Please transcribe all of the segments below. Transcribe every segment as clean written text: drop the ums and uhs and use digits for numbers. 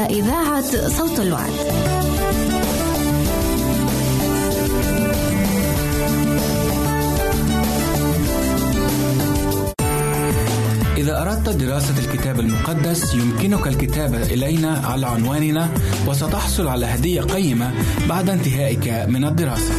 إذاعة صوت الوعد. إذا أردت دراسة الكتاب المقدس يمكنك الكتابة إلينا على عنواننا، وستحصل على هدية قيمة بعد انتهائك من الدراسة.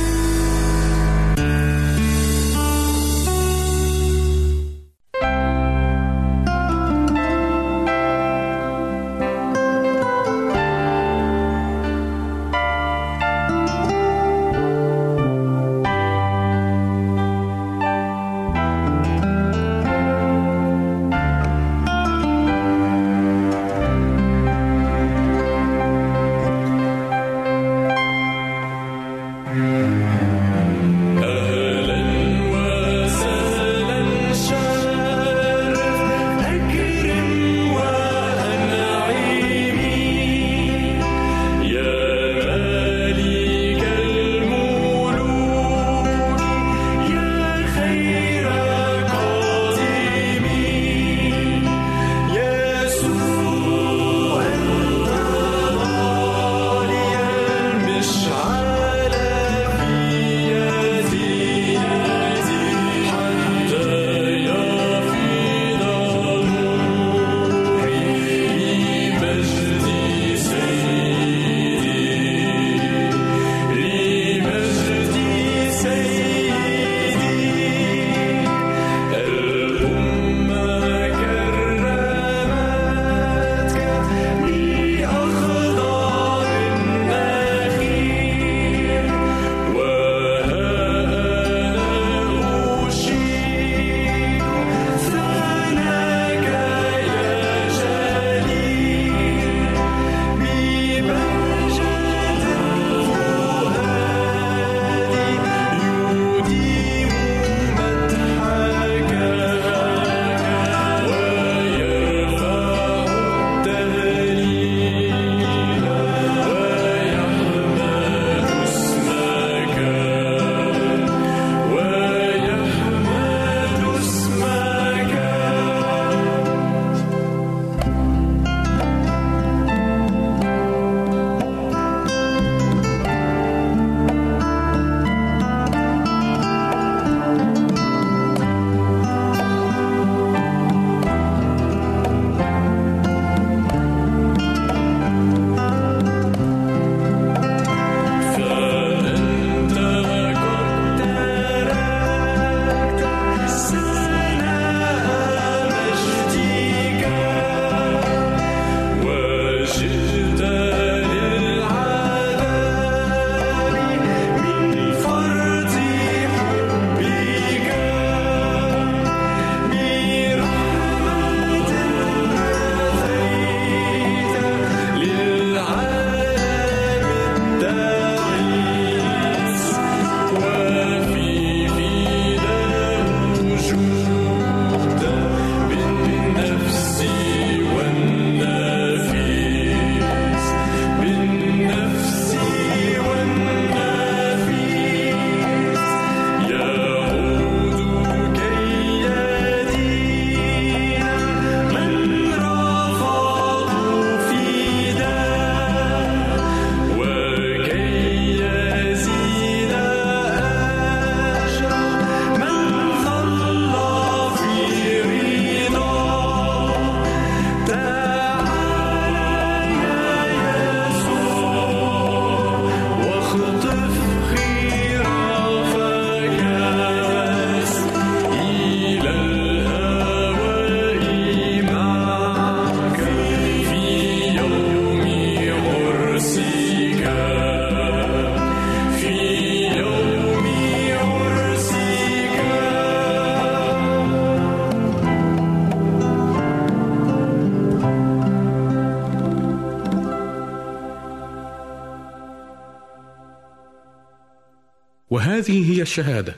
وهذه هي الشهادة،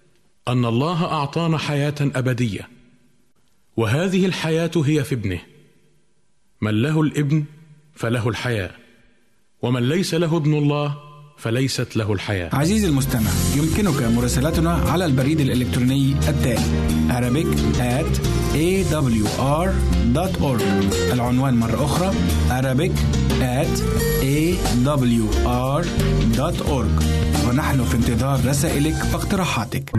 أن الله أعطانا حياة أبدية، وهذه الحياة هي في ابنه. من له الابن فله الحياة، ومن ليس له ابن الله فليست له الحياة. عزيزي المستمع، يمكنك مراسلتنا على البريد الإلكتروني التالي arabic@awr.org. العنوان مرة أخرى arabic@awr.org. ونحن في انتظار رسائلك واقتراحاتك.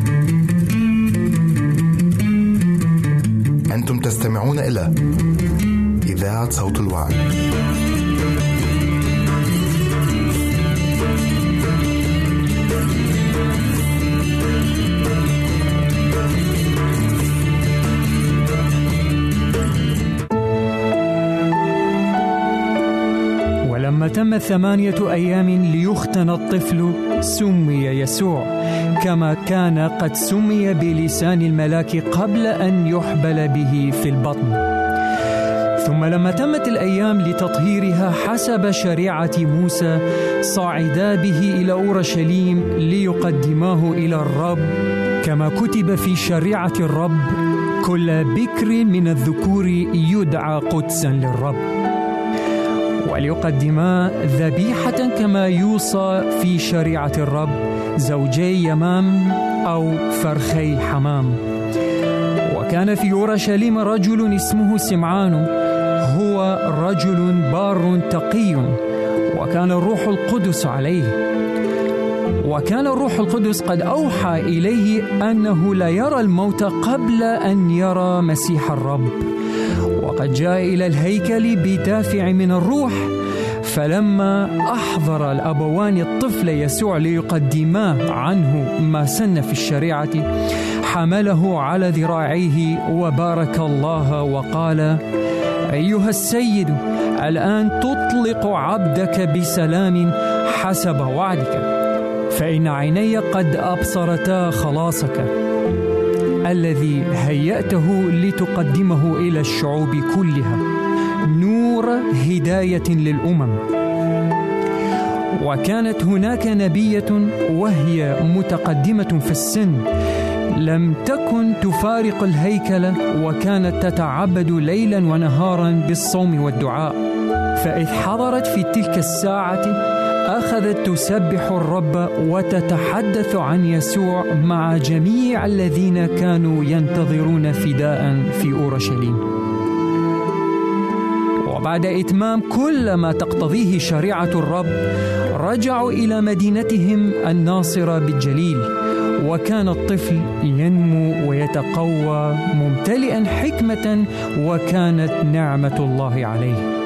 أنتم تستمعون إلى إذاعة صوت الوعد. ولما تم 8 أيام ليختن الطفل سمي يسوع، كما كان قد سمي بلسان الملاك قبل أن يحبل به في البطن. ثم لما تمت الأيام لتطهيرها حسب شريعة موسى، صعدا به إلى أورشليم ليقدماه إلى الرب، كما كتب في شريعة الرب: كل بكر من الذكور يدعى قدسا للرب. وليقدما ذبيحة كما يوصى في شريعة الرب: زوجي يمام أو فرخي حمام. وكان في أورشليم رجل اسمه سمعان، هو رجل بار تقي، وكان الروح القدس عليه. وكان الروح القدس قد أوحى إليه أنه لا يرى الموت قبل أن يرى مسيح الرب. وقد جاء إلى الهيكل بدافع من الروح. فلما أحضر الأبوان الطفل يسوع ليقدما عنه ما سن في الشريعة، حمله على ذراعيه وبارك الله وقال: أيها السيد، الآن تطلق عبدك بسلام حسب وعدك، فإن عيني قد أبصرتا خلاصك الذي هيأته لتقدمه إلى الشعوب كلها، نور هداية للأمم. وكانت هناك نبية وهي متقدمة في السن، لم تكن تفارق الهيكل، وكانت تتعبد ليلا ونهارا بالصوم والدعاء. فإذ حضرت في تلك الساعة أخذت تسبح الرب وتتحدث عن يسوع مع جميع الذين كانوا ينتظرون فداء في أورشليم. وبعد إتمام كل ما تقتضيه شريعة الرب، رجعوا إلى مدينتهم الناصرة بالجليل. وكان الطفل ينمو ويتقوى ممتلئا حكمة، وكانت نعمة الله عليه.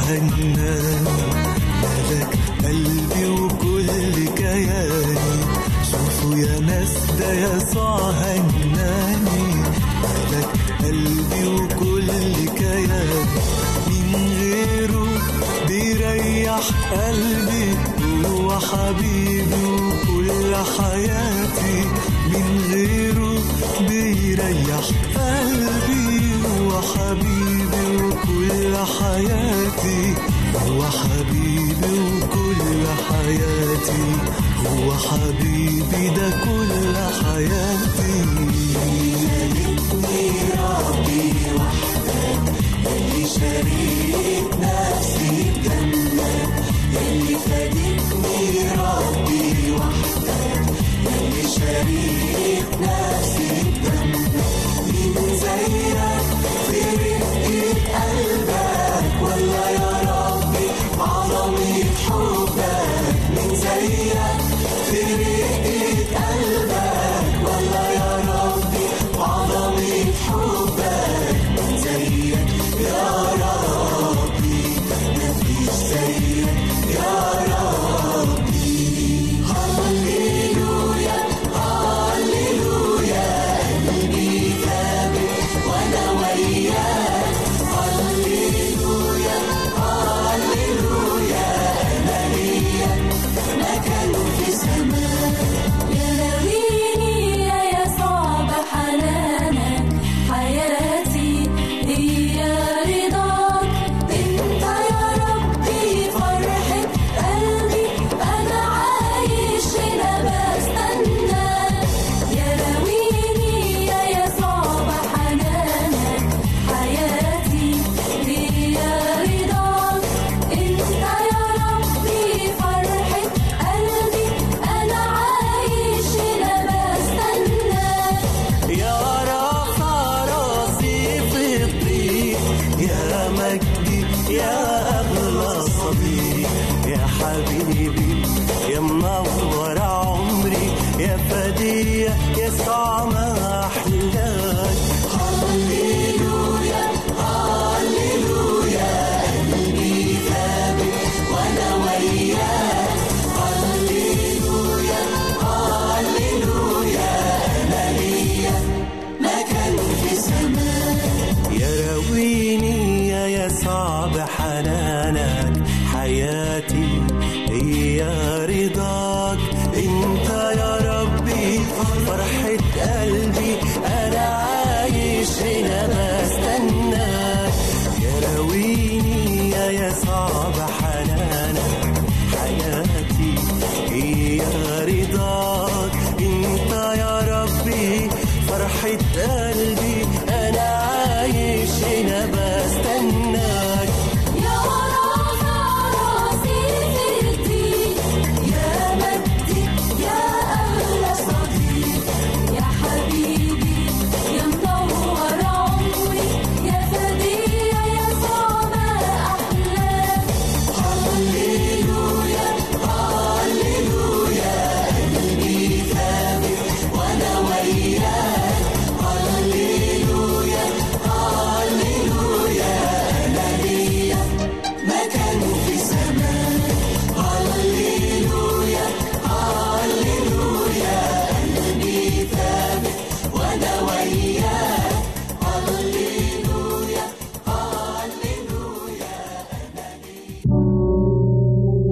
هناني، ملك قلبي وكل كياني. شوفوا يا ناس ده يسوع هناني، ملك قلبي وكل كياني. من غيره بيريح قلبي، هو حبيبي وكل حياتي. من غيره بيريح قلبي، هو حبيبي وكل حياتي. هو حبيبي وكل حياتي، هو حبيبي ده كل حياتي. شاركني ربي وحدك، اللي شارك نفسي بجنبك، اللي فادتني ربي وحدك، اللي شارك نفسي بجنبك. مين زيك في رقة قلبك، ولا يا ربي عظمة حبك. مين زيك في رقة قلبك، ولا يا ربي عظمة حبك. مين زيك يا ربي، مفيش زيك يا ربي. هللويا هللويا، قلبي ثابت وانا وياك. هللويا هللويا، انا ليا مكان في السماء. يا ناويني يا يسوع بحنانك، حياتي هي رضاك. انت يا ربي فرحة قلبي، انا عايش هنا بستناك. يا ناويني يا يسوع بحنانك، حياتي هي رضاك. انت يا ربي فرحة قلبي، انا عايش هنا بستناك. يا رافع راسي في الطريق، يا مجدي يا أغلى صديق. يا حبيبي يا منور عمري، يا فدية يسوع ما أحلاك. هللويا هللويا، قلبي ثابت وأنا وياك. هللويا هللويا، أنا ليا مكان في السماء. يا راويني يا يسوع بحنانك، حياتي هي رضاك. انت يا ربي فرحة قلبي، انا عايش هنا بستناك. يا راويني يا يسوع بحنانك، حياتي هي رضاك. انت يا ربي فرحة قلبي، انا عايش هنا بستناك. يا رافع راسي في الطريق، يا مجدي يا أغلى صديق. يا حبيبي يا منور عمري، يا فدية يسوع ما أحلاك. هللويا هللويا، قلبي ثابت وانا وياك. هللويا هللويا، انا ليا مكان في السماء. هللويا هللويا، قلبي ثابت وانا وياك. هللويا هللويا، انا ليا.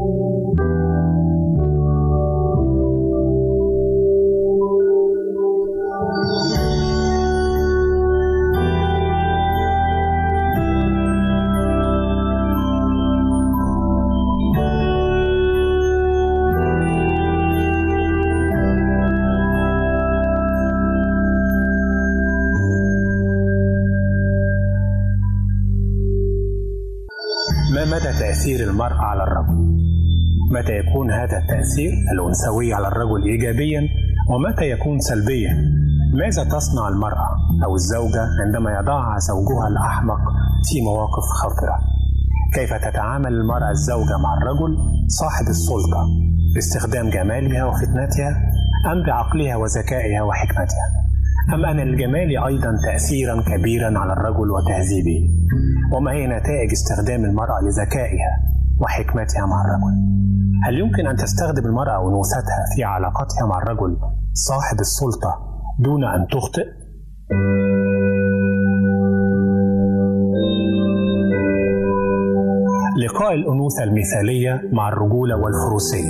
ما مدى تأثير المرأة على الرجل؟ متى يكون هذا التأثير الأنثوي على الرجل إيجابيا ومتى يكون سلبيا؟ ماذا تصنع المرأة أو الزوجة عندما يضعها زوجها الأحمق في مواقف خطرة؟ كيف تتعامل المرأة الزوجة مع الرجل صاحب السلطة باستخدام جمالها وفتنتها أم بعقلها وذكائها وحكمتها؟ أم أن الجمال أيضا تأثيرا كبيرا على الرجل وتهذيبه؟ وما هي نتائج استخدام المرأة لذكائها وحكمتها مع الرجل؟ هل يمكن أن تستخدم المرأة أنوثتها في علاقتها مع الرجل صاحب السلطة دون أن تخطئ؟ لقاء الأنوثة المثالية مع الرجولة والفروسية.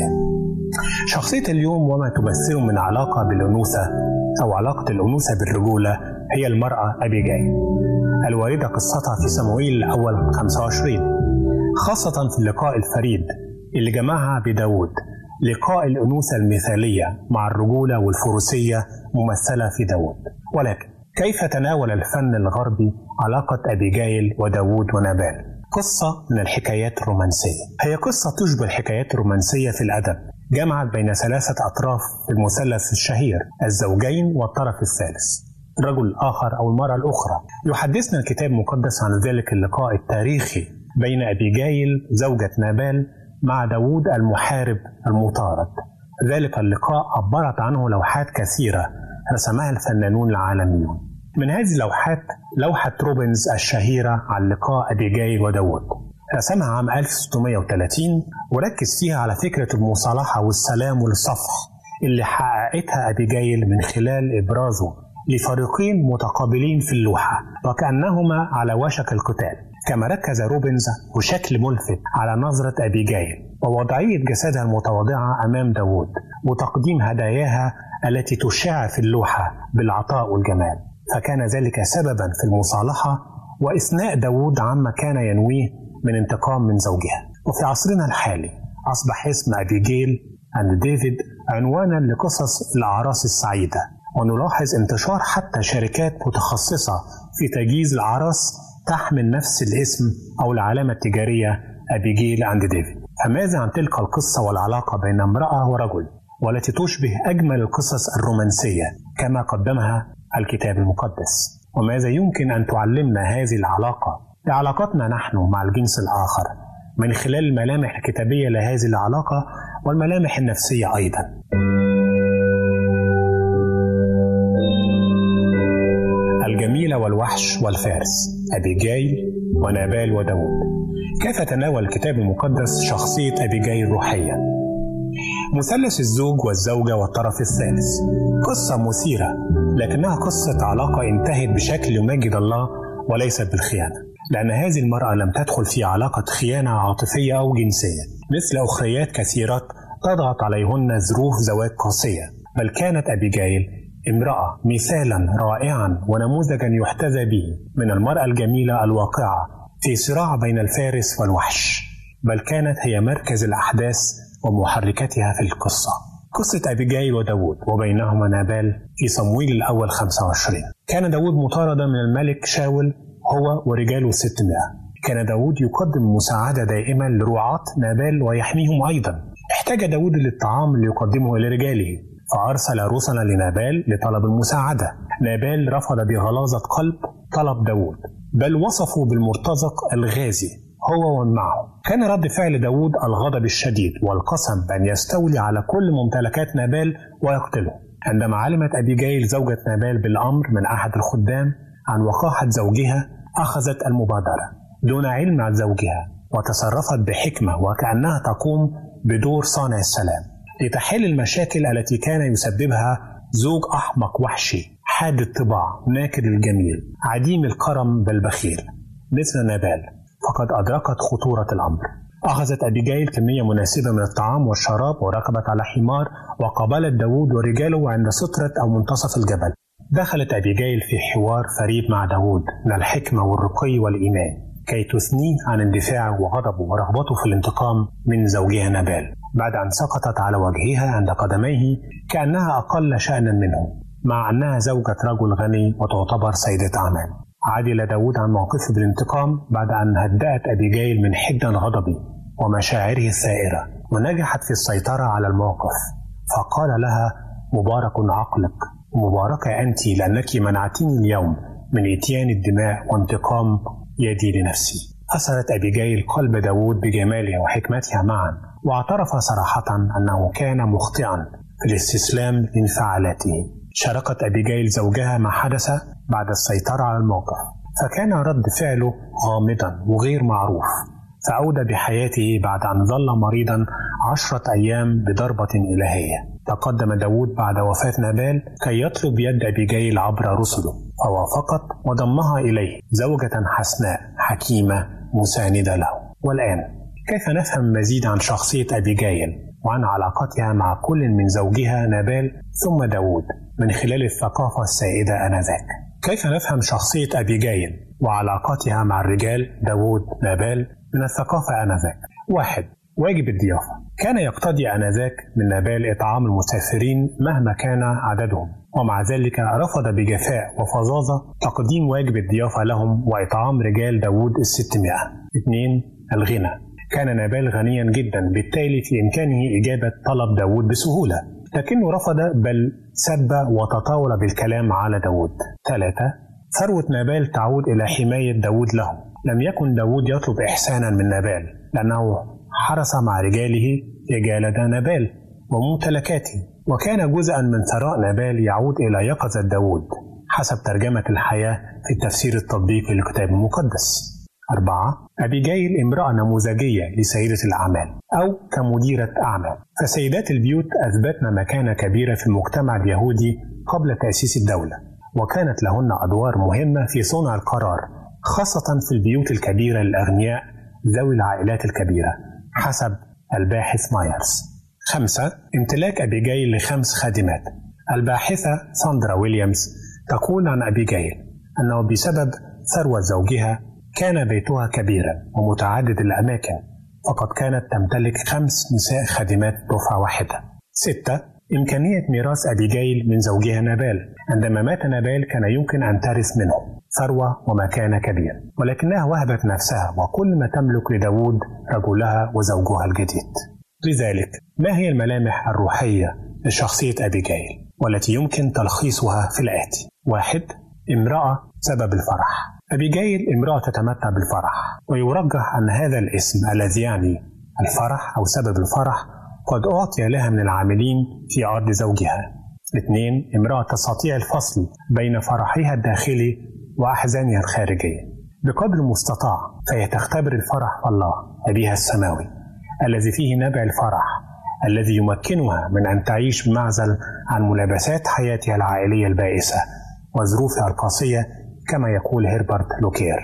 شخصية اليوم وما تمثله من علاقة بالأنوثة أو علاقة الأنوثة بالرجولة هي المرأة أبيجايل الواردة قصتها في صموئيل الأول 25، خاصة في اللقاء الفريد اللي جمعها بداود، لقاء الأنوثة المثالية مع الرجولة والفروسية ممثلة في داود. ولكن كيف تناول الفن الغربي علاقة أبيجايل وداود ونابال؟ قصة من الحكايات الرومانسية، هي قصة تشبه الحكايات الرومانسية في الأدب، جمعت بين ثلاثة أطراف في المثلث الشهير، الزوجين والطرف الثالث، الرجل الآخر أو المرأة الأخرى. يحدثنا الكتاب المقدس عن ذلك اللقاء التاريخي بين أبيجايل زوجة نابال مع داود المحارب المطارد. ذلك اللقاء عبرت عنه لوحات كثيرة رسمها الفنانون العالميون. من هذه اللوحات لوحة روبنز الشهيرة عن لقاء أبيجايل وداود، رسمها عام 1630 وركز فيها على فكرة المصالحة والسلام والصفح اللي حققتها أبيجايل من خلال إبرازه لفريقين متقابلين في اللوحة وكأنهما على وشك القتال. كما ركز روبنز بشكل ملفت على نظرة أبيجايل ووضعية جسدها المتواضعة أمام داود وتقديم هداياها التي تشع في اللوحة بالعطاء والجمال، فكان ذلك سببا في المصالحة وإثناء داود عما كان ينويه من انتقام من زوجها. وفي عصرنا الحالي أصبح اسم أبيجايل عند ديفيد عنوانا لقصص الأعراس السعيدة، ونلاحظ انتشار حتى شركات متخصصة في تجهيز الأعراس تحمل نفس الاسم أو العلامة التجارية أبيجايل عند ديفيد. فماذا عن تلك القصة والعلاقة بين امرأة ورجل والتي تشبه أجمل القصص الرومانسية كما قدمها الكتاب المقدس؟ وماذا يمكن أن تعلمنا هذه العلاقة لعلاقتنا نحن مع الجنس الآخر من خلال الملامح الكتابية لهذه العلاقة والملامح النفسية أيضا؟ الجميلة والوحش والفارس، أبيجايل ونابال وداود. كيف تناول الكتاب المقدس شخصية أبيجايل روحيا؟ مثلث الزوج والزوجة والطرف الثالث قصة مثيرة، لكنها قصة علاقة انتهت بشكل يمجد الله وليست بالخيانة، لأن هذه المرأة لم تدخل في علاقة خيانة عاطفية أو جنسية مثل أخريات كثيرات تضغط عليهن ظروف زواج قاسية، بل كانت أبيجايل امرأة مثالا رائعا ونموذجا يحتذى به من المرأة الجميلة الواقعة في صراع بين الفارس والوحش، بل كانت هي مركز الأحداث ومحركتها في القصة. قصة أبيجايل وداود وبينهما نابال في صموئيل الأول 25. كان داود مطاردا من الملك شاول هو ورجاله 600. كان داود يقدم مساعدة دائما لرعاة نابال ويحميهم أيضا. احتاج داود للطعام ليقدمه لرجاله، فأرسل رسلا لنابال لطلب المساعدة. نابال رفض بغلاظة قلب طلب داود، بل وصفه بالمرتزق الغازي هو ومن معه. كان رد فعل داود الغضب الشديد والقسم بأن يستولي على كل ممتلكات نابال ويقتله. عندما علمت أبيجايل زوجة نابال بالأمر من أحد الخدام عن وقاحة زوجها، أخذت المبادرة دون علم عن زوجها وتصرفت بحكمة وكأنها تقوم بدور صانع السلام لتحل المشاكل التي كان يسببها زوج أحمق وحشي حاد الطباع ناكر الجميل عديم الكرم بل بخيل مثل نابال. فقد أدركت خطورة الأمر. أخذت أبيجايل كمية مناسبة من الطعام والشراب وركبت على حمار وقابلت داود ورجاله عند سترة أو منتصف الجبل. دخلت أبيجايل في حوار فريد مع داود من الحكمة والرقي والإيمان كي تثنيه عن اندفاعه وغضبه ورغبته في الانتقام من زوجها نابال، بعد أن سقطت على وجهها عند قدميه كأنها أقل شأنا منه، مع أنها زوجة رجل غني وتعتبر سيدة أعمال. عدل داود عن موقفه بالانتقام بعد أن هدأت أبيجايل من حدة غضبه ومشاعره الثائرة، ونجحت في السيطرة على الموقف. فقال لها: مبارك عقلك ومباركة أنت لأنك منعتني اليوم من إتيان الدماء وانتقام يدي لنفسي. أثرت أبيجايل قلب داود بجمالها وحكمتها معا، واعترف صراحة أنه كان مخطئا في الاستسلام لانفعالاته. شاركت أبيجايل زوجها ما حدث بعد السيطرة على الموقف، فكان رد فعله غامضا وغير معروف، فأودى بحياته بعد أن ظل مريضا 10 أيام بضربة إلهية. تقدم داود بعد وفاة نابال كي يطلب يد أبيجايل عبر رسله، فوافقت وضمها إليه، زوجة حسناء حكيمة مساندة له. والآن كيف نفهم مزيد عن شخصية أبيجايل وعن علاقتها مع كل من زوجها نابال ثم داود من خلال الثقافة السائدة آنذاك؟ كيف نفهم شخصية أبيجايل وعلاقتها مع الرجال داود نابال من الثقافة آنذاك؟ 1. واجب الضيافة. كان يقتضي آنذاك من نابال إطعام المسافرين مهما كان عددهم، ومع ذلك رفض بجفاء وفظاظة تقديم واجب الضيافة لهم وإطعام رجال داود 600. 2. الغنى. كان نابال غنيا جدا، بالتالي في إمكانه إجابة طلب داود بسهولة، لكنه رفض بل سب وتطاول بالكلام على داود. 3. ثروة نابال تعود إلى حماية داود له. لم يكن داود يطلب إحسانا من نابال، لأنه حرس مع رجاله رجال نابال وممتلكاته، وكان جزءا من ثراء نابال يعود إلى يقظة داود حسب ترجمة الحياة في التفسير التطبيقي للكتاب المقدس. 4. أبيجايل امرأة نموذجية لسيدة الأعمال أو كمديرة أعمال، فسيدات البيوت أثبتن مكانة كبيرة في المجتمع اليهودي قبل تأسيس الدولة، وكانت لهن أدوار مهمة في صنع القرار، خاصة في البيوت الكبيرة للأغنياء ذوي العائلات الكبيرة حسب الباحث مايرز. 5. امتلاك أبيجايل ل5 خادمات. الباحثة ساندرا ويليامز تقول عن أبيجايل أنه بسبب ثروة زوجها كان بيتها كبيرا ومتعدد الأماكن، فقد كانت تمتلك 5 نساء خادمات دفعة واحدة. 6. إمكانية ميراث أبيجايل من زوجها نابال. عندما مات نابال كان يمكن أن ترث منه ثروة ومكانة كبيرة، ولكنها وهبت نفسها وكل ما تملك لداود رجلها وزوجها الجديد. لذلك ما هي الملامح الروحية لشخصية أبيجايل والتي يمكن تلخيصها في الآتي؟ 1. امرأة سبب الفرح. أبيجايل امرأة تتمتع بالفرح، ويرجح أن هذا الاسم الذي يعني الفرح أو سبب الفرح قد أعطي لها من العاملين في أرض زوجها. 2. امرأة تستطيع الفصل بين فرحها الداخلي وأحزانها الخارجية بقدر المستطاع، فهي تختبر الفرح في الله أبيها السماوي الذي فيه نبع الفرح الذي يمكنها من أن تعيش بمعزل عن ملابسات حياتها العائلية البائسة وظروفها القاسية كما يقول هربرت لوكير.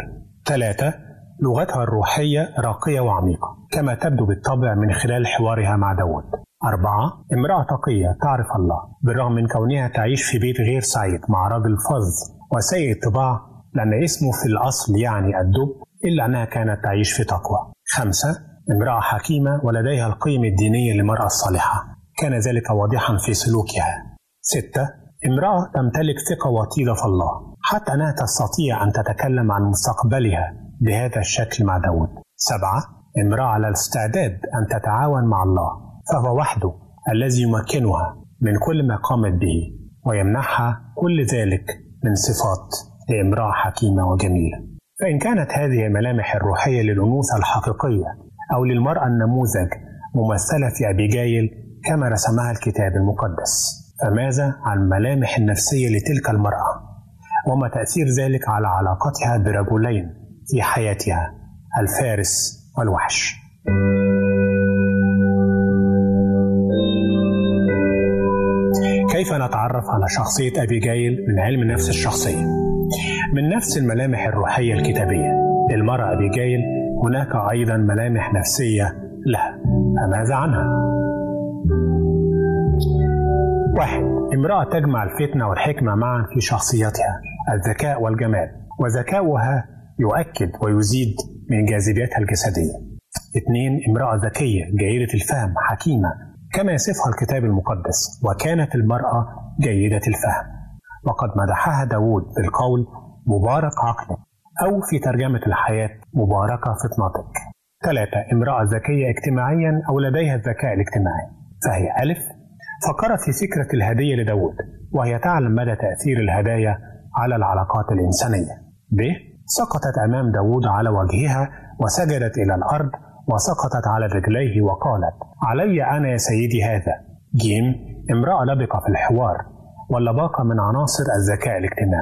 3. لغتها الروحية راقية وعميقة كما تبدو بالطبع من خلال حوارها مع داود. 4. امرأة تقية تعرف الله بالرغم من كونها تعيش في بيت غير سعيد مع رجل فظ وسيء الطباع، لأن اسمه في الأصل يعني الدب، إلا أنها كانت تعيش في تقوى. 5. امرأة حكيمة ولديها القيم الدينية للمرأة الصالحة، كان ذلك واضحا في سلوكها. 6. امرأة تمتلك ثقة وطيدة في الله حتى أنها تستطيع أن تتكلم عن مستقبلها بهذا الشكل مع داود. 7. امرأة على الاستعداد أن تتعاون مع الله، فهو وحده الذي يمكنها من كل ما قامت به ويمنحها كل ذلك من صفات لامرأة حكيمة وجميلة. فإن كانت هذه الملامح الروحية للأنوثة الحقيقية أو للمرأة النموذج ممثلة في أبيجايل كما رسمها الكتاب المقدس، فماذا عن الملامح النفسية لتلك المرأة؟ وما تأثير ذلك على علاقتها برجلين في حياتها، الفارس والوحش؟ كيف نتعرف على شخصية أبيجايل من علم نفس الشخصية؟ من نفس الملامح الروحية الكتابية للمرأة أبيجايل هناك أيضا ملامح نفسية لها، فماذا عنها؟ 1. امرأة تجمع الفتنة والحكمة معا في شخصيتها، الذكاء والجمال، وذكاؤها يؤكد ويزيد من جاذبيتها الجسدية. 2. امرأة ذكية جيدة الفهم حكيمة كما يصفها الكتاب المقدس، وكانت المرأة جيدة الفهم، وقد مدحها داود بالقول مبارك عقلك، أو في ترجمة الحياة مباركة فطنتك. 3. امرأة ذكية اجتماعيا أو لديها الذكاء الاجتماعي، فهي ألف فكرت في فكرة الهدية لداود وهي تعلم مدى تأثير الهدايا على العلاقات الإنسانية. ب. سقطت أمام داود على وجهها وسجدت إلى الأرض وسقطت على رجليه وقالت علي أنا يا سيدي هذا. ج. امرأة لبقة في الحوار واللباقة من عناصر الذكاء الاجتماعي،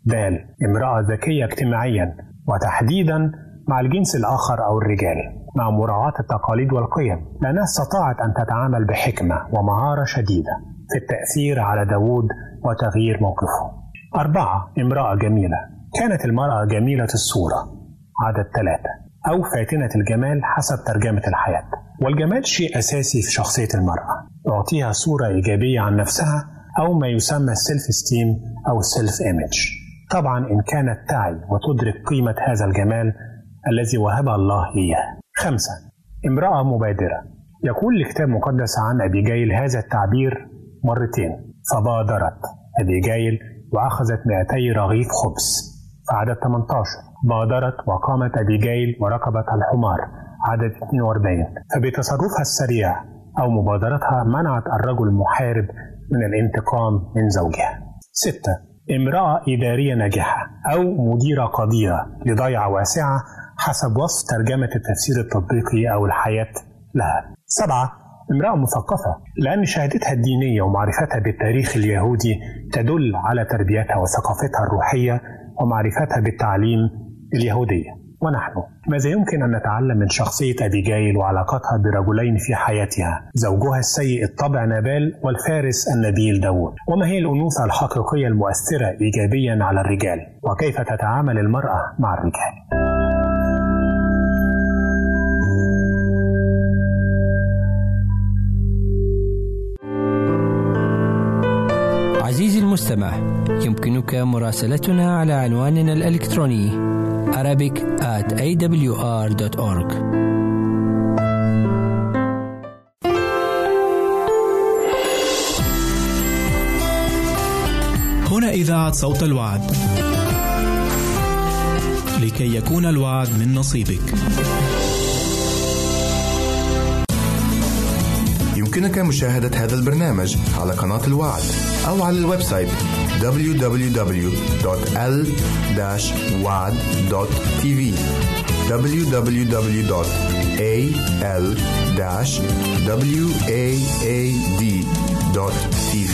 د. امرأة ذكية اجتماعيا وتحديدا مع الجنس الآخر أو الرجال، مع مراعاة التقاليد والقيم، لأنها استطاعت أن تتعامل بحكمة ومهارة شديدة في التأثير على داود وتغيير موقفه. 4. امرأة جميلة. كانت المرأة جميلة الصورة، عدد 3، أو فاتنة الجمال حسب ترجمة الحياة. والجمال شيء أساسي في شخصية المرأة، يعطيها صورة إيجابية عن نفسها أو ما يسمى السيلف استيم أو السيلف إيميج، طبعا إن كانت تعي وتدرك قيمة هذا الجمال الذي وهبها الله إياه. 5. امرأة مبادرة. يقول الكتاب المقدس عن أبيجايل هذا التعبير مرتين، فبادرت أبيجايل وأخذت 200 رغيف خبز، في عدد 18. بادرت وقامت أبيجايل وركبت الحمار، عدد 42. فبتصرفها السريع أو مبادرتها منعت الرجل المحارب من الانتقام من زوجها. 6. امرأة إدارية ناجحة أو مديرة قديرة لضيعة واسعة حسب وصف ترجمة التفسير التطبيقي أو الحياة لها. 7. امرأة مثقفة، لأن شهادتها الدينية ومعرفتها بالتاريخ اليهودي تدل على تربيتها وثقافتها الروحية ومعرفتها بالتعليم اليهودية. ونحن ماذا يمكن أن نتعلم من شخصية أبيجايل وعلاقتها برجلين في حياتها، زوجها السيء الطبع نابال والفارس النبيل داود؟ وما هي الأنوثة الحقيقية المؤثرة إيجابيا على الرجال؟ وكيف تتعامل المرأة مع الرجال؟ عزيزي المستمع، يمكنك مراسلتنا على عنواننا الإلكتروني arabic@awr.org. هنا إذاعة صوت الوعد، لكي يكون الوعد من نصيبك. يمكنك مشاهدة هذا البرنامج على قناة الوعد أو على الويب سايت www.al-wad.tv www.al-waad.tv.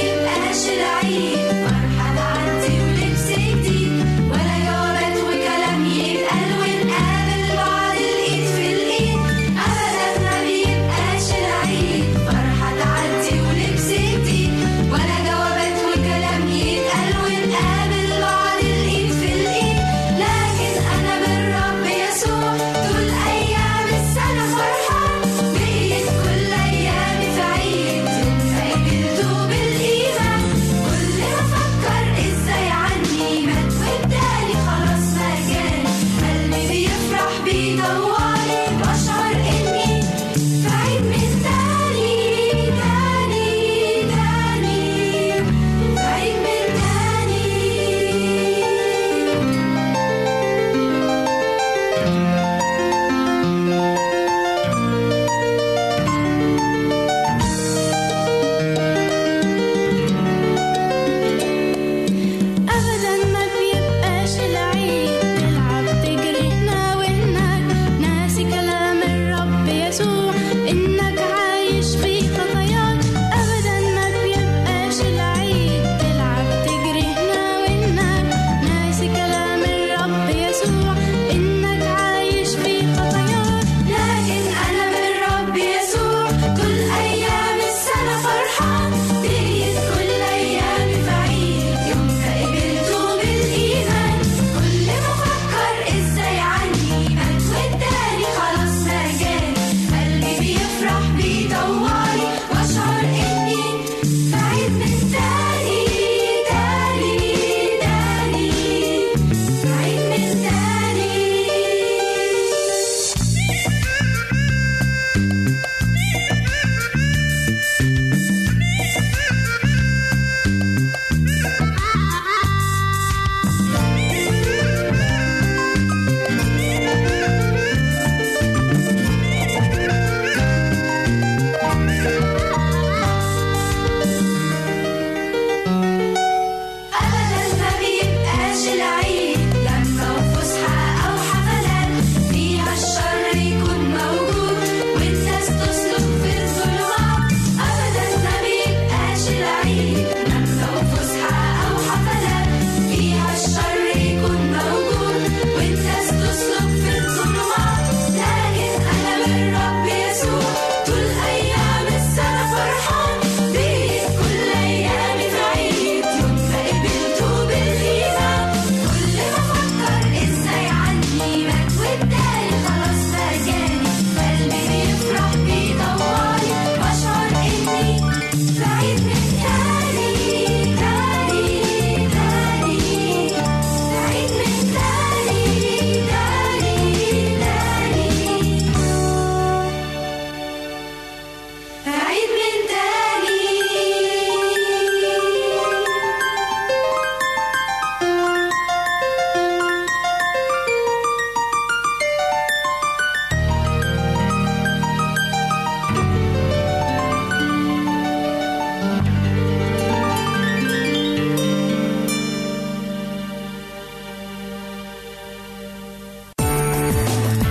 فرحة عندي ولبس جديد ولا يومات وكلام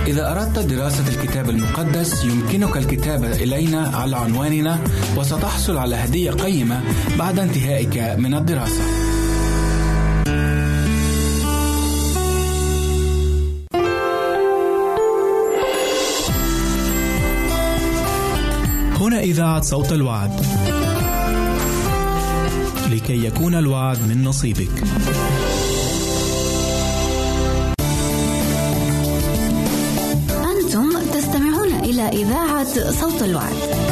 إذا أردت دراسة الكتاب المقدس يمكنك الكتابة إلينا على عنواننا، وستحصل على هدية قيمة بعد انتهائك من الدراسة. هنا إذاعة صوت الوعد، لكي يكون الوعد من نصيبك. أنتم تستمعون إلى إذاعة صوت الوعد.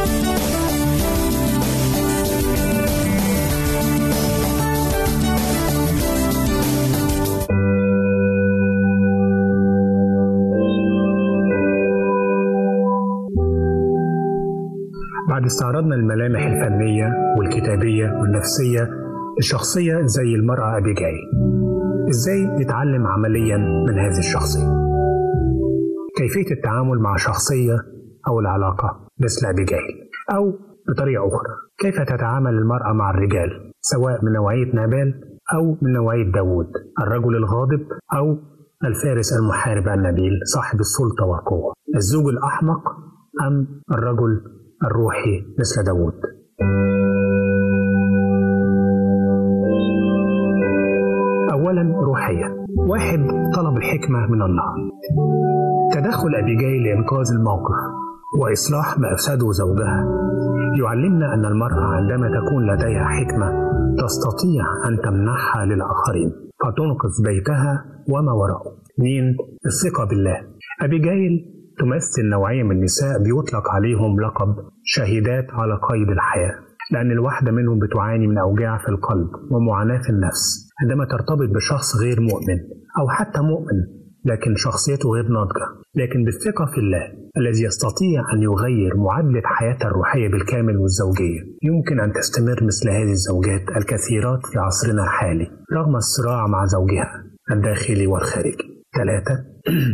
بعد استعرضنا الملامح الفنية والكتابية والنفسية الشخصية زي المرأة أبيجايل، إزاي نتعلم عمليا من هذه الشخصية؟ كيفية التعامل مع شخصية أو العلاقة مثل أبيجايل، أو بطريقة أخرى كيف تتعامل المرأة مع الرجال سواء من نوعية نابال أو من نوعية داود، الرجل الغاضب أو الفارس المحارب النبيل صاحب السلطة والقوة، الزوج الأحمق أم الرجل الروحي مثل داود. أولا روحيا، واحد طلب الحكمة من الله، تدخل أبيجايل لإنقاذ الموقف وإصلاح ما أفسده زوجها يعلمنا أن المرأة عندما تكون لديها حكمة تستطيع أن تمنحها للآخرين فتنقذ بيتها وما وراءه. 2. الثقة بالله. أبيجايل تمثل نوعية من النساء بيطلق عليهم لقب شهيدات على قيد الحياة، لأن الواحدة منهم بتعاني من أوجاع في القلب ومعاناة في النفس عندما ترتبط بشخص غير مؤمن أو حتى مؤمن لكن شخصيته غير ناضجة. لكن بالثقة في الله الذي يستطيع أن يغير معادلة حياتها الروحية بالكامل والزوجية، يمكن أن تستمر مثل هذه الزوجات الكثيرات في عصرنا الحالي رغم الصراع مع زوجها الداخلي والخارجي. 3.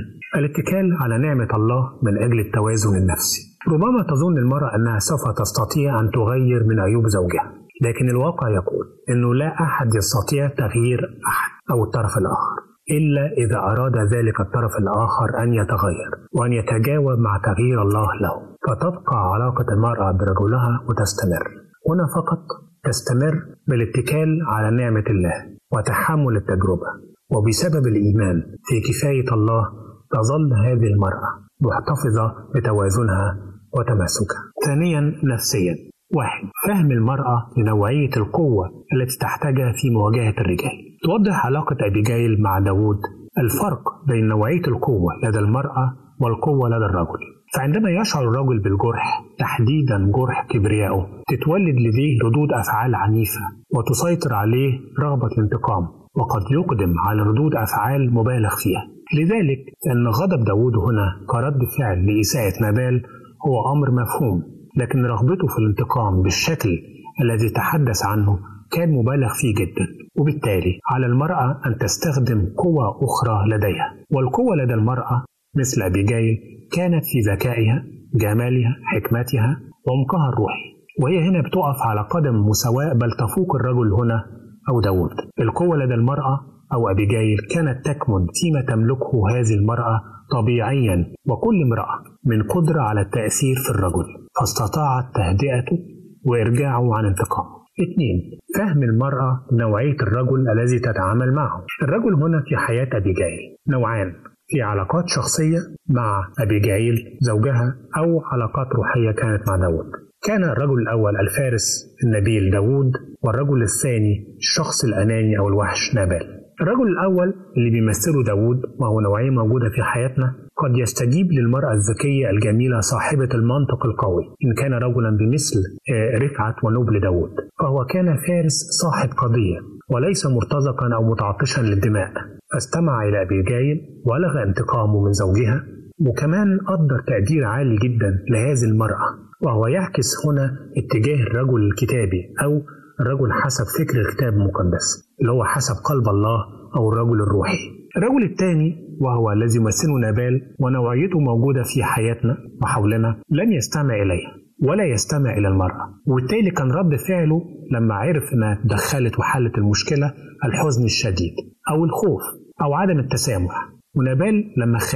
الاتكال على نعمة الله من أجل التوازن النفسي. ربما تظن المرأة أنها سوف تستطيع أن تغير من عيوب زوجها، لكن الواقع يقول أنه لا أحد يستطيع تغيير أحد أو الطرف الآخر إلا إذا أراد ذلك الطرف الآخر أن يتغير وأن يتجاوب مع تغيير الله له، فتبقى علاقة المرأة برجلها وتستمر. هنا فقط تستمر بالاتكال على نعمة الله وتحمل التجربة، وبسبب الإيمان في كفاية الله تظل هذه المرأة محتفظة بتوازنها وتماسكها. ثانيا نفسيا، 1. فهم المرأة لنوعية القوة التي تحتاجها في مواجهة الرجال. توضح علاقة أبيجايل مع داود الفرق بين نوعية القوة لدى المرأة والقوة لدى الرجل. فعندما يشعر الرجل بالجرح، تحديدا جرح كبريائه، تتولد لديه ردود أفعال عنيفة وتسيطر عليه رغبة الانتقام، وقد يقدم على ردود أفعال مبالغ فيها. لذلك فإن غضب داود هنا كرد فعل لإساءة نابال هو أمر مفهوم، لكن رغبته في الانتقام بالشكل الذي تحدث عنه كان مبالغ فيه جدا، وبالتالي على المرأة أن تستخدم قوة أخرى لديها. والقوة لدى المرأة مثل أبيجايل كانت في ذكائها، جمالها، حكمتها، وعمقها الروحي، وهي هنا بتقف على قدم مساواة بل تفوق الرجل هنا أو داود. القوة لدى المرأة أو أبيجايل كانت تكمن فيما تملكه هذه المرأة طبيعيا، وكل امرأة من قدرة على التأثير في الرجل، فاستطاعت تهدئته وإرجاعه عن انتقامه. 2. فهم المرأة نوعية الرجل الذي تتعامل معه. الرجل هنا في حياة أبيجايل نوعان، في علاقات شخصية مع أبيجايل زوجها أو علاقات روحية كانت مع داود. كان الرجل الأول الفارس النبيل داود، والرجل الثاني الشخص الأناني أو الوحش نابال. الرجل الأول اللي بيمثله داود وهو نوعية موجودة في حياتنا قد يستجيب للمرأة الذكية الجميلة صاحبة المنطق القوي إن كان رجلا بمثل رفعة ونبل داود، فهو كان فارس صاحب قضية وليس مرتزقا أو متعطشا للدماء، فاستمع إلى أبيجايل ولغى انتقامه من زوجها، وكمان قدر تقدير عالي جدا لهذه المرأة، وهو يعكس هنا اتجاه الرجل الكتابي أو الرجل حسب فكر الكتاب المقدس اللي هو حسب قلب الله أو الرجل الروحي. الرجل الثاني وهو الذي يمثله نابال ونوعيته موجودة في حياتنا وحولنا لم يستمع إليها ولا يستمع إلى المرأة، وبالتالي كان رد فعله لما عرف أنها دخلت وحلت المشكلة الحزن الشديد أو الخوف أو عدم التسامح. ونابال لما خاف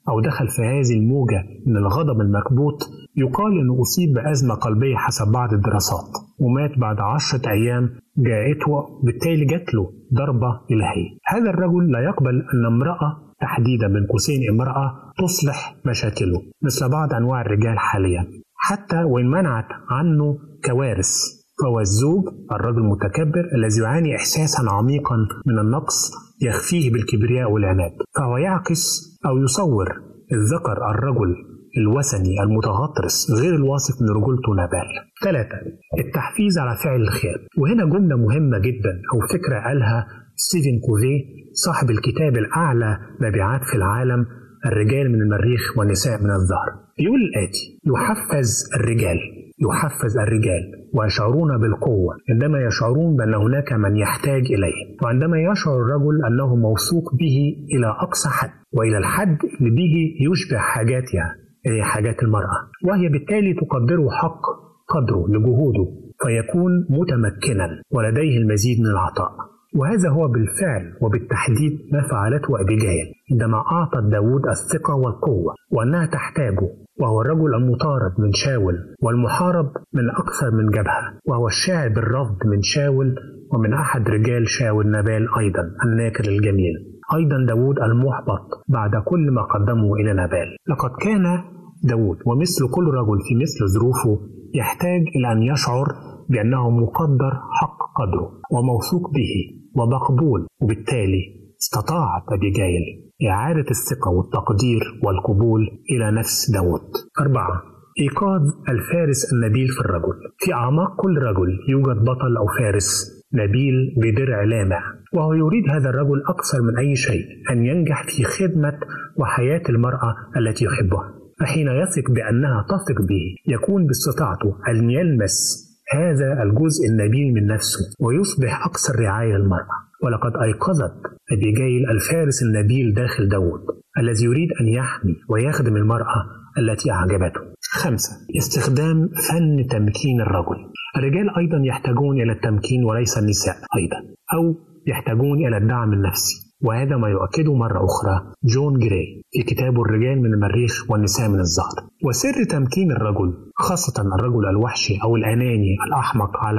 أو دخل في هذه الموجة من الغضب المكبوت يقال أنه أصيب بأزمة قلبية حسب بعض الدراسات، ومات بعد 10 أيام جاءته، بالتالي جات له ضربة إلهية. هذا الرجل لا يقبل أن امرأة تحديدا بين قوسين امرأة تصلح مشاكله مثل بعض أنواع الرجال حاليا، حتى وإن منعت عنه كوارث. فهو الزوج الرجل المتكبر الذي يعاني إحساسا عميقا من النقص يخفيه بالكبرياء والعناد، فهو يعكس أو يصور الذكر الرجل الوثني المتغطرس غير الواثق من رجولته نبال. 3. التحفيز على فعل الخير. وهنا جملة مهمة جدا أو فكرة قالها ستيفن كوفي صاحب الكتاب الأعلى مبيعات في العالم، الرجال من المريخ والنساء من الزهر. يقول الآتي: يحفز الرجال ويشعرون بالقوة عندما يشعرون بأن هناك من يحتاج إليه، وعندما يشعر الرجل أنه موثوق به إلى أقصى حد، وإلى الحد اللي به يشبع حاجاتها هي حاجات المرأة، وهي بالتالي تقدره حق قدره لجهوده، فيكون متمكنا ولديه المزيد من العطاء. وهذا هو بالفعل وبالتحديد ما فعلته أبيجايل عندما أعطت داود الثقة والقوة وأنها تحتاجه، وهو الرجل المطارد من شاول والمحارب من أكثر من جبهة، وهو الشاعر بالرفض من شاول ومن أحد رجال شاول نبال أيضا الناكر الجميل، أيضا داود المحبط بعد كل ما قدمه إلى نبال. لقد كان داود ومثل كل رجل في مثل ظروفه يحتاج إلى أن يشعر بأنه مقدر حق قدره وموثوق به ومقبول، وبالتالي استطاعت أبيجايل إعادة الثقة والتقدير والقبول إلى نفس داود. 4. إيقاظ الفارس النبيل في الرجل. في أعماق كل رجل يوجد بطل أو فارس نبيل بدرع لامع، وهو يريد هذا الرجل أكثر من أي شيء أن ينجح في خدمة وحياة المرأة التي يحبها، فحين يثق بأنها تثق به يكون باستطاعته أن يلمس هذا الجزء النبيل من نفسه ويصبح أكثر رعاية للمرأة. ولقد أيقظت أبيجايل الفارس النبيل داخل داود الذي يريد أن يحمي ويخدم المرأة التي أعجبته. 5. استخدام فن تمكين الرجل. الرجال أيضا يحتاجون إلى التمكين وليس النساء أيضا، أو يحتاجون إلى الدعم النفسي، وهذا ما يؤكده مرة أخرى جون جراي في كتابه الرجال من المريخ والنساء من الزهر. وسر تمكين الرجل خاصة الرجل الوحشي أو الأناني الأحمق على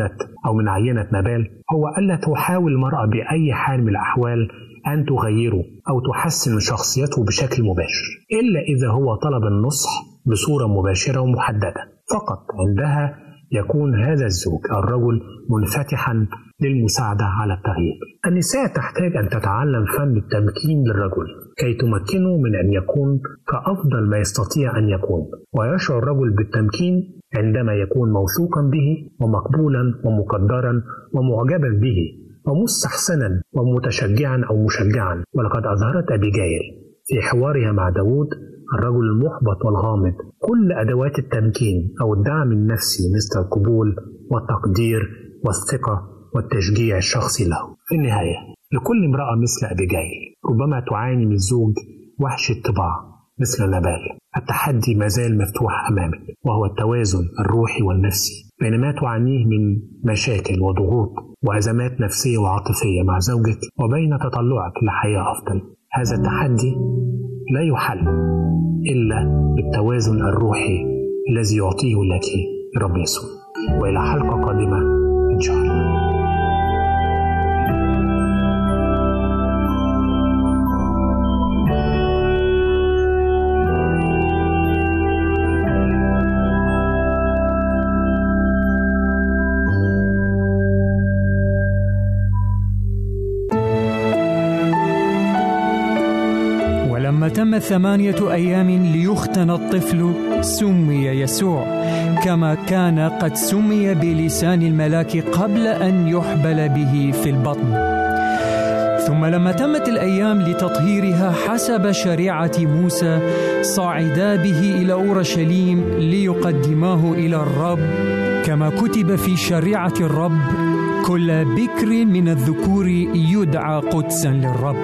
من عينة نبال هو ألا تحاول المرأة بأي حال من الأحوال أن تغيره أو تحسن من شخصيته بشكل مباشر، إلا إذا هو طلب النصح بصورة مباشرة ومحددة. فقط عندها يكون هذا الزوج الرجل منفتحا للمساعدة على التغيير. النساء تحتاج أن تتعلم فن التمكين للرجل كي تمكنه من أن يكون كأفضل ما يستطيع أن يكون، ويشعر الرجل بالتمكين عندما يكون موثوقا به ومقبولا ومقدرا ومعجبا به ومستحسنا ومتشجعا أو مشجعا. ولقد أظهرت أبيجايل في حوارها مع داود الرجل المحبط والغامض كل أدوات التمكين أو الدعم النفسي مثل القبول والتقدير والثقة والتشجيع الشخصي له. في النهاية لكل امرأة مثل أبيجايل ربما تعاني من زوج وحش الطباع مثل نبال، التحدي ما زال مفتوح أمامك، وهو التوازن الروحي والنفسي بين ما تعانيه من مشاكل وضغوط وأزمات نفسية وعاطفية مع زوجك وبين تطلعك لحياة أفضل. هذا التحدي لا يحل إلا بالتوازن الروحي الذي يعطيه لك رب يسوع. وإلى حلقة قادمة إن شاء الله. ولما تم 8 أيام ليختن الطفل سمي يسوع، كما كان قد سمي بلسان الملاك قبل أن يحبل به في البطن. ثم لما تمت الأيام لتطهيرها حسب شريعة موسى صعدا به إلى أورشليم ليقدماه إلى الرب، كما كتب في شريعة الرب: كل بكر من الذكور يدعى قدسا للرب.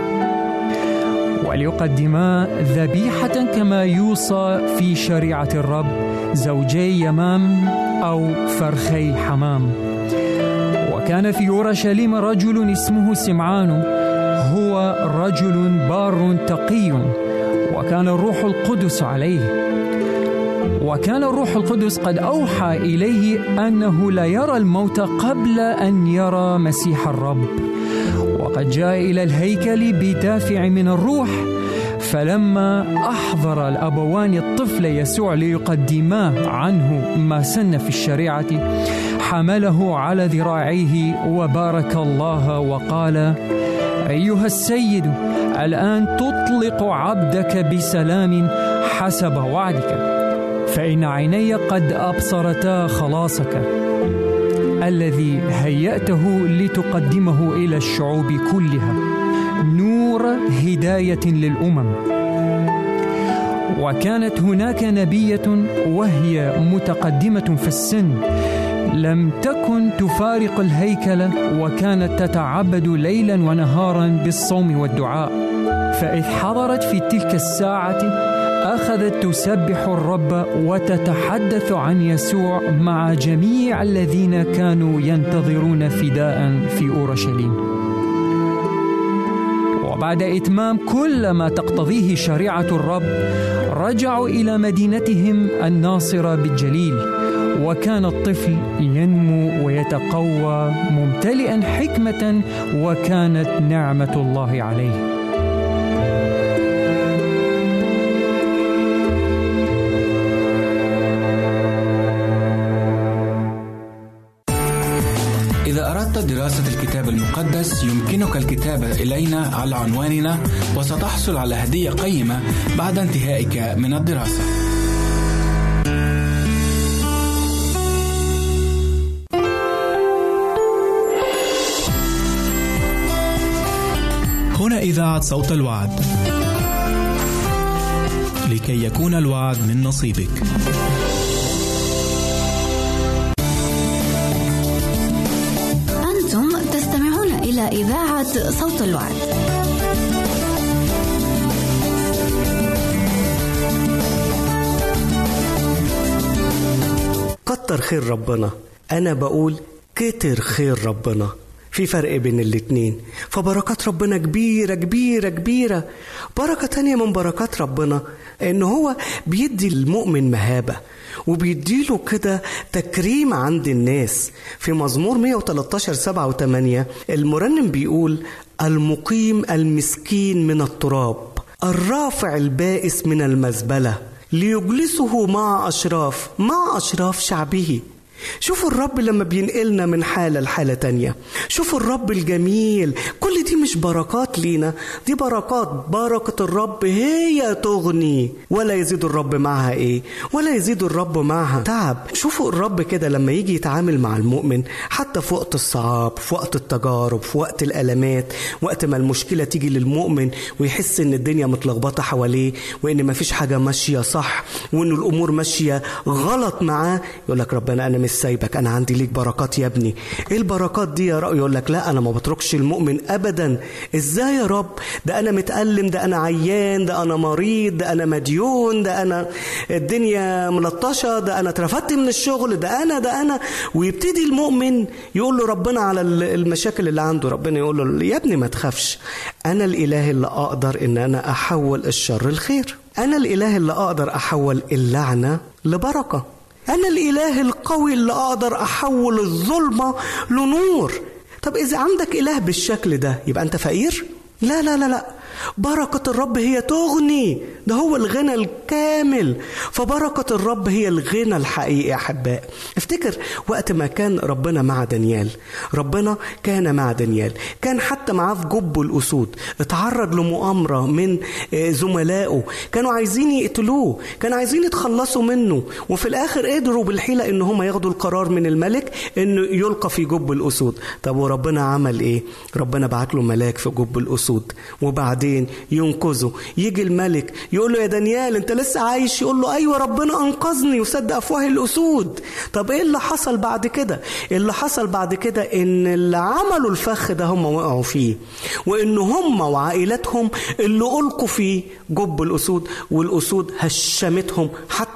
وليقدما ذبيحة كما يوصى في شريعة الرب، زوجي يمام أو فرخي حمام. وكان في أورشليم رجل اسمه سمعان، هو رجل بار تقي، وكان الروح القدس عليه. وكان الروح القدس قد أوحى إليه أنه لا يرى الموت قبل أن يرى مسيح الرب، وقد جاء إلى الهيكل بدافع من الروح. فلما أحضر الأبوان الطفل يسوع ليقدما عنه ما سن في الشريعة، حمله على ذراعيه وبارك الله وقال: أيها السيد، الآن تطلق عبدك بسلام حسب وعدك، فإن عيني قد أبصرتا خلاصك الذي هيأته لتقدمه إلى الشعوب كلها، نور هداية للأمم. وكانت هناك نبية وهي متقدمة في السن، لم تكن تفارق الهيكل، وكانت تتعبد ليلا ونهارا بالصوم والدعاء. فإذ حضرت في تلك الساعة أخذت تسبح الرب وتتحدث عن يسوع مع جميع الذين كانوا ينتظرون فداء في أورشليم. وبعد إتمام كل ما تقتضيه شريعة الرب، رجعوا إلى مدينتهم الناصرة بالجليل، وكان الطفل ينمو ويتقوى ممتلئا حكمة، وكانت نعمة الله عليه. إذا أردت دراسة الكتاب المقدس يمكنك الكتابة إلينا على عنواننا، وستحصل على هدية قيمة بعد انتهائك من الدراسة. هنا إذاعة صوت الوعد، لكي يكون الوعد من نصيبك. إلى إذاعة صوت الوعد. كتر خير ربنا، أنا بقول كتر خير ربنا، في فرق بين الاتنين. فبركات ربنا كبيرة كبيرة كبيرة. بركة تانية من بركات ربنا إنه هو بيدي المؤمن مهابة، وبيديله كده تكريم عند الناس. في مزمور 113:7-8 المرنم بيقول: المقيم المسكين من التراب، الرافع البائس من المزبلة، ليجلسه مع أشراف شعبه. شوفوا الرب لما بينقلنا من حالة لحالة تانية. شوفوا الرب الجميل. كل دي مش بركات لينا، دي بركات. بركة الرب هي تغني، ولا يزيد الرب معها ايه؟ ولا يزيد الرب معها تعب. شوفوا الرب كده لما يجي يتعامل مع المؤمن، حتى في وقت الصعاب، في وقت التجارب، في وقت الألمات، وقت ما المشكلة تيجي للمؤمن ويحس ان الدنيا متلخبطة حواليه، وان مفيش حاجة ماشية صح، وان الأمور ماشية غلط معاه، يقولك: ربنا أنا مش سايبك، أنا عندي ليك بركات يا ابني. إيه البركات دي يا رأي؟ يقول لك: لا، أنا ما بتركش المؤمن أبدا. إزاي يا رب؟ ده أنا متألم، ده أنا عيان، ده أنا مريض، ده أنا مديون، ده أنا الدنيا ملطشة، ده أنا اترفدت من الشغل، ده أنا. ويبتدي المؤمن يقول له ربنا على المشاكل اللي عنده. ربنا يقول له: يا ابني ما تخافش، أنا الإله اللي أقدر إن أنا أحول الشر الخير، أنا الإله اللي أقدر أحول اللعنة لبركة، أنا الإله القوي اللي أقدر أحول الظلمة لنور. طب إذا عندك إله بالشكل ده يبقى أنت فقير؟ لا لا لا لا، بركة الرب هي تغني، ده هو الغنى الكامل. فبركة الرب هي الغنى الحقيقي. أحباء، افتكر وقت ما كان ربنا مع دانيال، ربنا كان مع دانيال، كان حتى معاه في جب الأسود، اتعرض لمؤامرة من زملائه، كانوا عايزين يقتلوه، كانوا عايزين يتخلصوا منه، وفي الآخر قدروا بالحيلة إن هم ياخدوا القرار من الملك إنه يلقى في جب الأسود. طب وربنا عمل إيه؟ ربنا بعت له ملاك في جب الأسود، وبعدين ينقذه. يجي الملك يقول له: يا دانيال أنت لسه عايش؟ يقول له: أيوة ربنا أنقذني وسد أفواه الأسود. طب إيه اللي حصل بعد كده؟ اللي حصل بعد كده إن اللي عملوا الفخ ده هم وقعوا فيه، وإن هم وعائلتهم اللي ألقوا في جب الأسود، والأسود هشمتهم حتى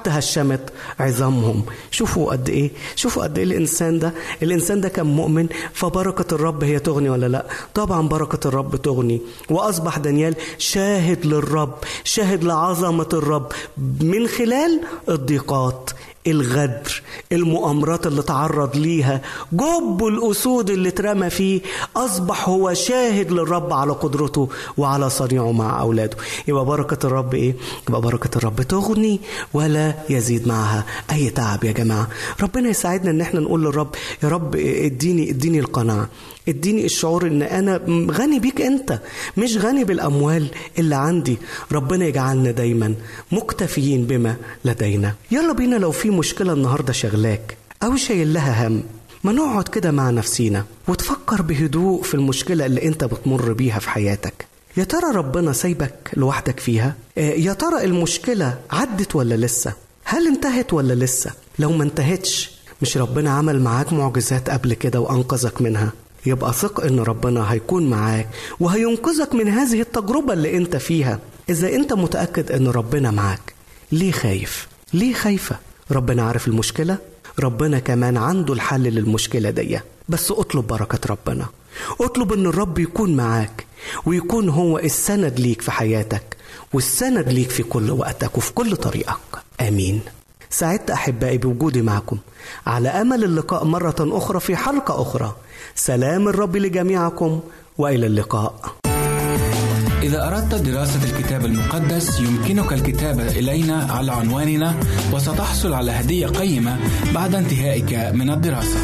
تهشمت عظامهم. شوفوا قد ايه الانسان ده كان مؤمن، فبركة الرب هي تغني ولا لا؟ طبعا بركة الرب تغني. واصبح دانيال شاهد للرب، شاهد لعظمة الرب من خلال الضيقات، الغدر، المؤامرات اللي تعرض ليها، جب الأسود اللي اترمى فيه. أصبح هو شاهد للرب على قدرته وعلى صنيعه مع أولاده. يبقى بركة الرب إيه؟ يبقى بركة الرب تغني ولا يزيد معها أي تعب. يا جماعة ربنا يساعدنا إن احنا نقول للرب يا رب اديني القناعة، اديني الشعور ان انا غني بيك انت، مش غني بالاموال اللي عندي. ربنا يجعلنا دايما مكتفيين بما لدينا. يلا بينا لو في مشكلة النهاردة شغلاك او شايل لها هم، ما نقعد كده مع نفسينا وتفكر بهدوء في المشكلة اللي انت بتمر بيها في حياتك. يا ترى ربنا سايبك لوحدك فيها؟ يا ترى المشكلة عدت ولا لسه؟ هل انتهت ولا لسه؟ لو ما انتهتش، مش ربنا عمل معاك معجزات قبل كده وانقذك منها؟ يبقى ثق ان ربنا هيكون معاك وهينقذك من هذه التجربة اللي انت فيها. اذا انت متأكد ان ربنا معاك، ليه خايف؟ ليه خايفة؟ ربنا عارف المشكلة، ربنا كمان عنده الحل للمشكلة دي. بس اطلب بركة ربنا، اطلب ان الرب يكون معاك ويكون هو السند ليك في حياتك والسند ليك في كل وقتك وفي كل طريقك. امين. سعدت أحبائي بوجودي معكم، على أمل اللقاء مرة أخرى في حلقة أخرى. سلام الرب لجميعكم وإلى اللقاء. إذا أردت دراسة الكتاب المقدس يمكنك الكتابة إلينا على عنواننا، وستحصل على هدية قيمة بعد انتهائك من الدراسة.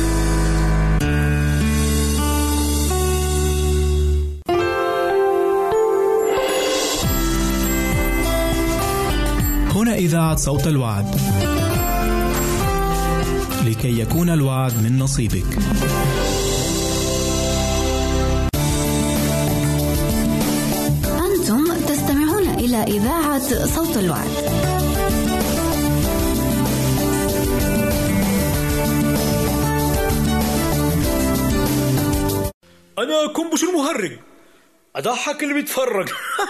هنا إذاعة صوت الوعد، لكي يكون الوعد من نصيبك. أنتم تستمعون إلى إذاعة صوت الوعد. أنا كنبش المهرج، أضحك اللي بيتفرج.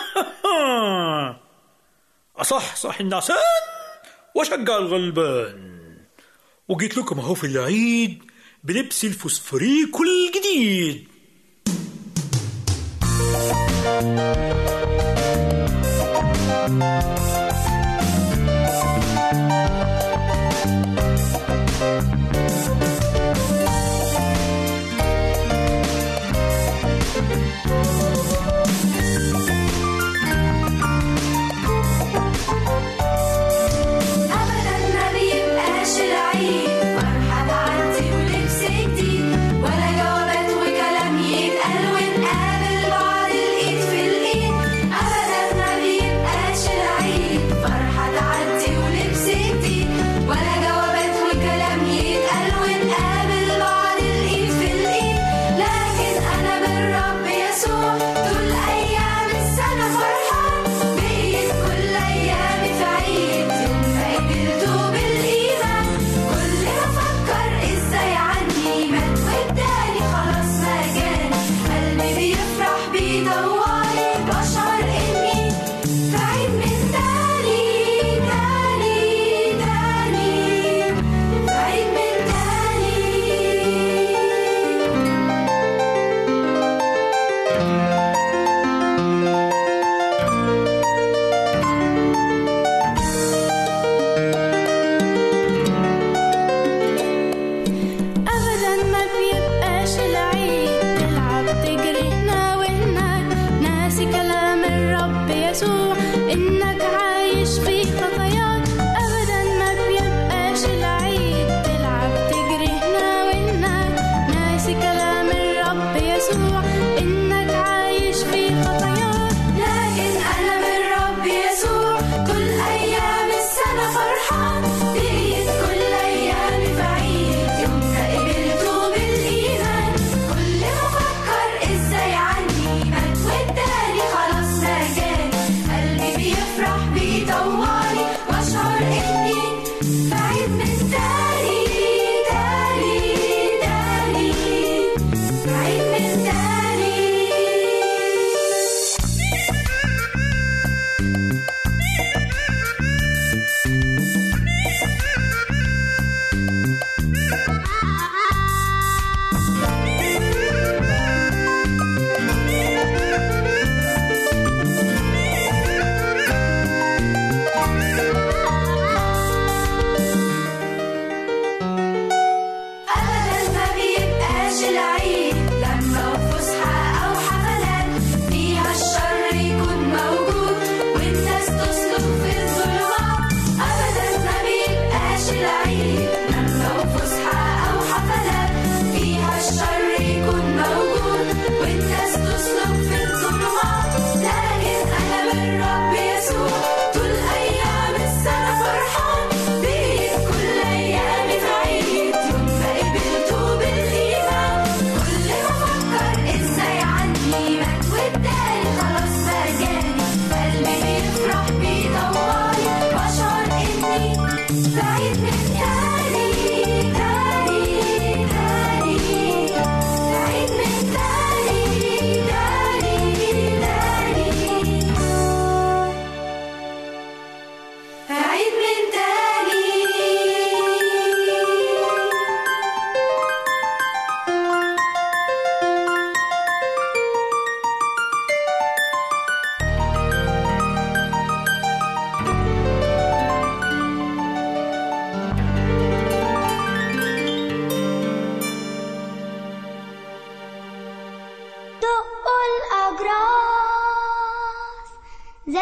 أصح النعسان وشجع الغلبان. وجيت لكم أهو في العيد بلبس الفوسفوريكو الجديد.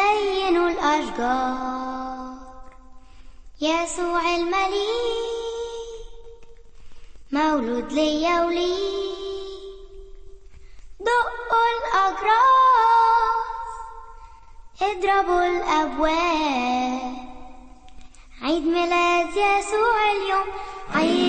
زينوا الأشجار. يسوع المليك مولود ليا وليك، دقوا الأجراس اضربوا الأبواب، عيد ميلاد يسوع اليوم، عيد